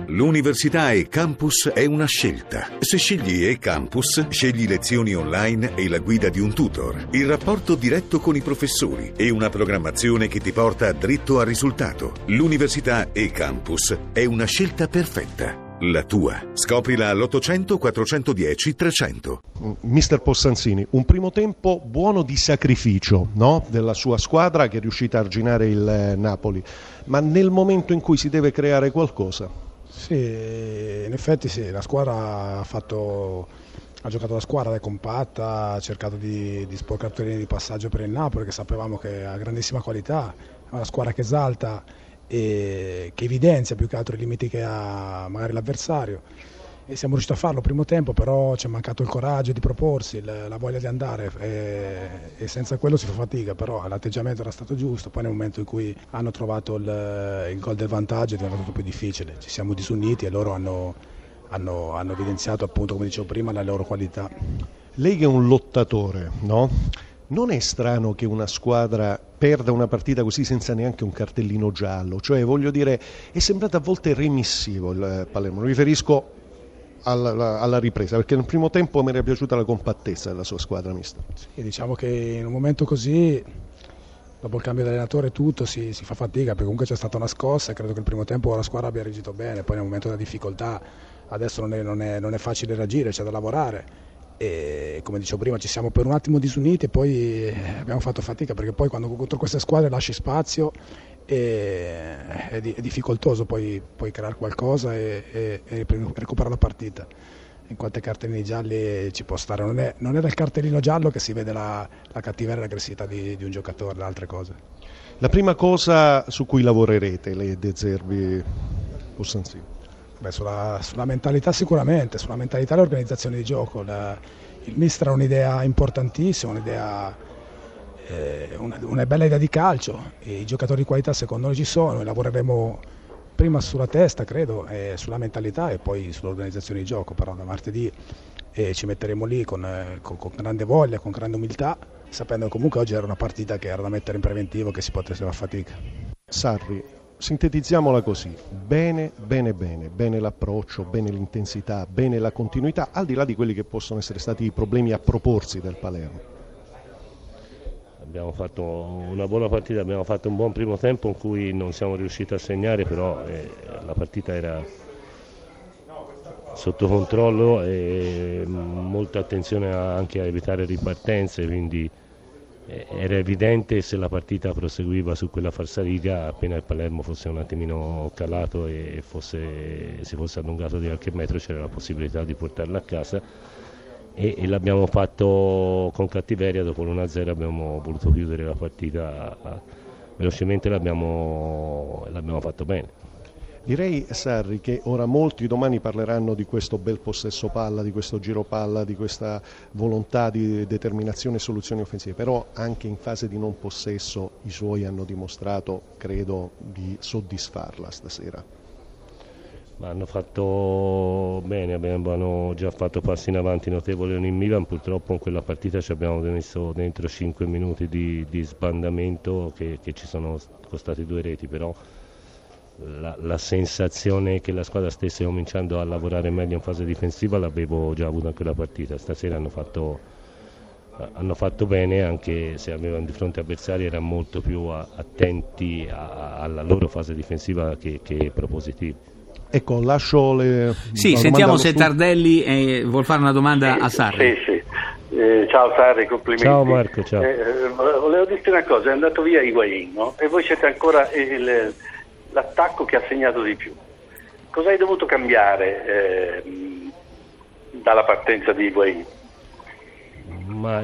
L'università e-Campus è una scelta. Se scegli e-Campus, scegli lezioni online e la guida di un tutor, il rapporto diretto con i professori e una programmazione che ti porta dritto al risultato. L'università e-Campus è una scelta perfetta. La tua. Scoprila all'800 410 300. Mister Possanzini, un primo tempo buono di sacrificio, no? Della sua squadra che è riuscita a arginare il Napoli, ma nel momento in cui si deve creare qualcosa. Sì, in effetti sì, la squadra ha giocato la squadra, è compatta, ha cercato di sporcare terreni di passaggio per il Napoli, che sapevamo che ha grandissima qualità, è una squadra che esalta e che evidenzia più che altro i limiti che ha magari l'avversario, e siamo riusciti a farlo il primo tempo, però ci è mancato il coraggio di proporsi, la voglia di andare, e senza quello si fa fatica, però l'atteggiamento era stato giusto. Poi nel momento in cui hanno trovato il gol del vantaggio è diventato più difficile, ci siamo disuniti e loro hanno evidenziato, appunto, come dicevo prima, la loro qualità. Lei che è un lottatore, no? Non è strano che una squadra perda una partita così senza neanche un cartellino giallo? Cioè, voglio dire, è sembrato a volte remissivo il Palermo. Mi riferisco alla ripresa, perché nel primo tempo mi era piaciuta la compattezza della sua squadra mista. Sì, diciamo che in un momento così, dopo il cambio di allenatore, tutto si fa fatica, perché comunque c'è stata una scossa e credo che il primo tempo la squadra abbia reagito bene. Poi nel momento della difficoltà adesso non è facile reagire, c'è da lavorare. E come dicevo prima, ci siamo per un attimo disuniti e poi abbiamo fatto fatica, perché poi quando contro queste squadre lasci spazio è difficoltoso poi creare qualcosa e recuperare la partita. In quante cartellini gialli ci può stare, non è dal cartellino giallo che si vede la cattiveria e l'aggressività di un giocatore, da altre cose. La prima cosa su cui lavorerete, lei De Zerbi, Possanzini? Beh, sulla mentalità sicuramente, sulla mentalità e l'organizzazione di gioco. Il mister ha un'idea importantissima, una bella idea di calcio, e i giocatori di qualità secondo noi ci sono, e lavoreremo prima sulla testa, credo, sulla mentalità e poi sull'organizzazione di gioco. Però da martedì ci metteremo lì con grande voglia, con grande umiltà, sapendo che comunque oggi era una partita che era da mettere in preventivo, che si potesse fare fatica. Sarri, sintetizziamola così: bene l'approccio, bene l'intensità, bene la continuità, al di là di quelli che possono essere stati i problemi a proporsi del Palermo. Abbiamo fatto una buona partita, abbiamo fatto un buon primo tempo in cui non siamo riusciti a segnare, però la partita era sotto controllo e molta attenzione anche a evitare ripartenze, quindi era evidente, se la partita proseguiva su quella falsariga, appena il Palermo fosse un attimino calato e si fosse allungato di qualche metro, c'era la possibilità di portarla a casa, e l'abbiamo fatto con cattiveria. Dopo l'1-0 abbiamo voluto chiudere la partita velocemente, l'abbiamo fatto bene. Direi, Sarri, che ora molti domani parleranno di questo bel possesso palla, di questo giro palla, di questa volontà di determinazione e soluzioni offensive, però anche in fase di non possesso i suoi hanno dimostrato, credo, di soddisfarla stasera. Ma hanno fatto bene, hanno già fatto passi in avanti notevoli in Milan. Purtroppo in quella partita ci abbiamo messo dentro 5 minuti di sbandamento che ci sono costati 2 reti, però la sensazione che la squadra stesse cominciando a lavorare meglio in fase difensiva l'avevo già avuta in quella partita. Stasera hanno fatto bene, anche se avevano di fronte avversari, erano molto più attenti alla loro fase difensiva che propositivi. Ecco, lascio le... Sì, sentiamo se Tardelli vuol fare una domanda a Sarri. Sì. Ciao Sarri, complimenti. Ciao Marco, ciao. Volevo dirti una cosa, è andato via Higuaín, no? E voi siete ancora l'attacco che ha segnato di più. Cosa hai dovuto cambiare dalla partenza di Higuaín? Ma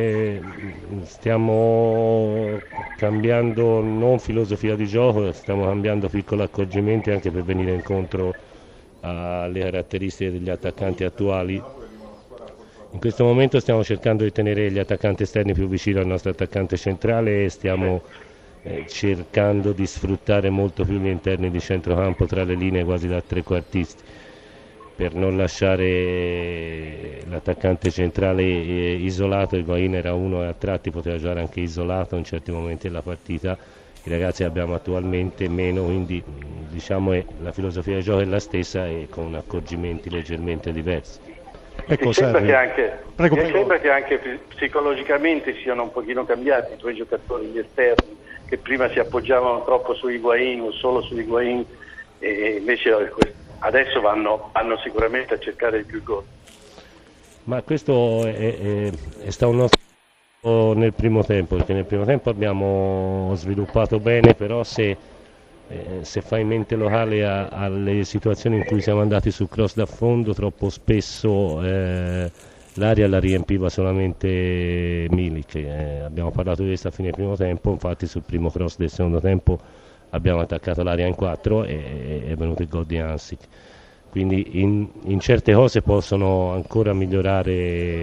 stiamo cambiando non filosofia di gioco, stiamo cambiando piccoli accorgimenti anche per venire incontro alle caratteristiche degli attaccanti attuali. In questo momento stiamo cercando di tenere gli attaccanti esterni più vicini al nostro attaccante centrale e stiamo cercando di sfruttare molto più gli interni di centrocampo tra le linee, quasi da trequartisti, per non lasciare l'attaccante centrale isolato. Higuaín era uno e a tratti poteva giocare anche isolato in certi momenti della partita, i ragazzi che abbiamo attualmente meno, quindi diciamo la filosofia di gioco è la stessa e con accorgimenti leggermente diversi. Ecco, mi sembra prego. che anche psicologicamente siano un pochino cambiati i tuoi giocatori, gli esterni, che prima si appoggiavano troppo su Higuaín o solo su Higuaín, e invece adesso vanno sicuramente a cercare il più gol. Ma questo è stato un nostro nel primo tempo, perché nel primo tempo abbiamo sviluppato bene, però se fai mente locale alle situazioni in cui siamo andati su cross da fondo, troppo spesso l'area la riempiva solamente Milik. Abbiamo parlato di questo a fine primo tempo, infatti sul primo cross del secondo tempo abbiamo attaccato l'area in 4 e è venuto il gol di Hansik. Quindi in certe cose possono ancora migliorare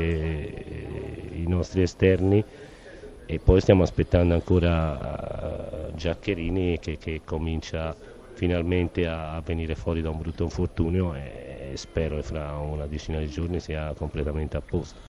i nostri esterni, e poi stiamo aspettando ancora Giaccherini che comincia finalmente a venire fuori da un brutto infortunio, e spero che fra una decina di giorni sia completamente a posto.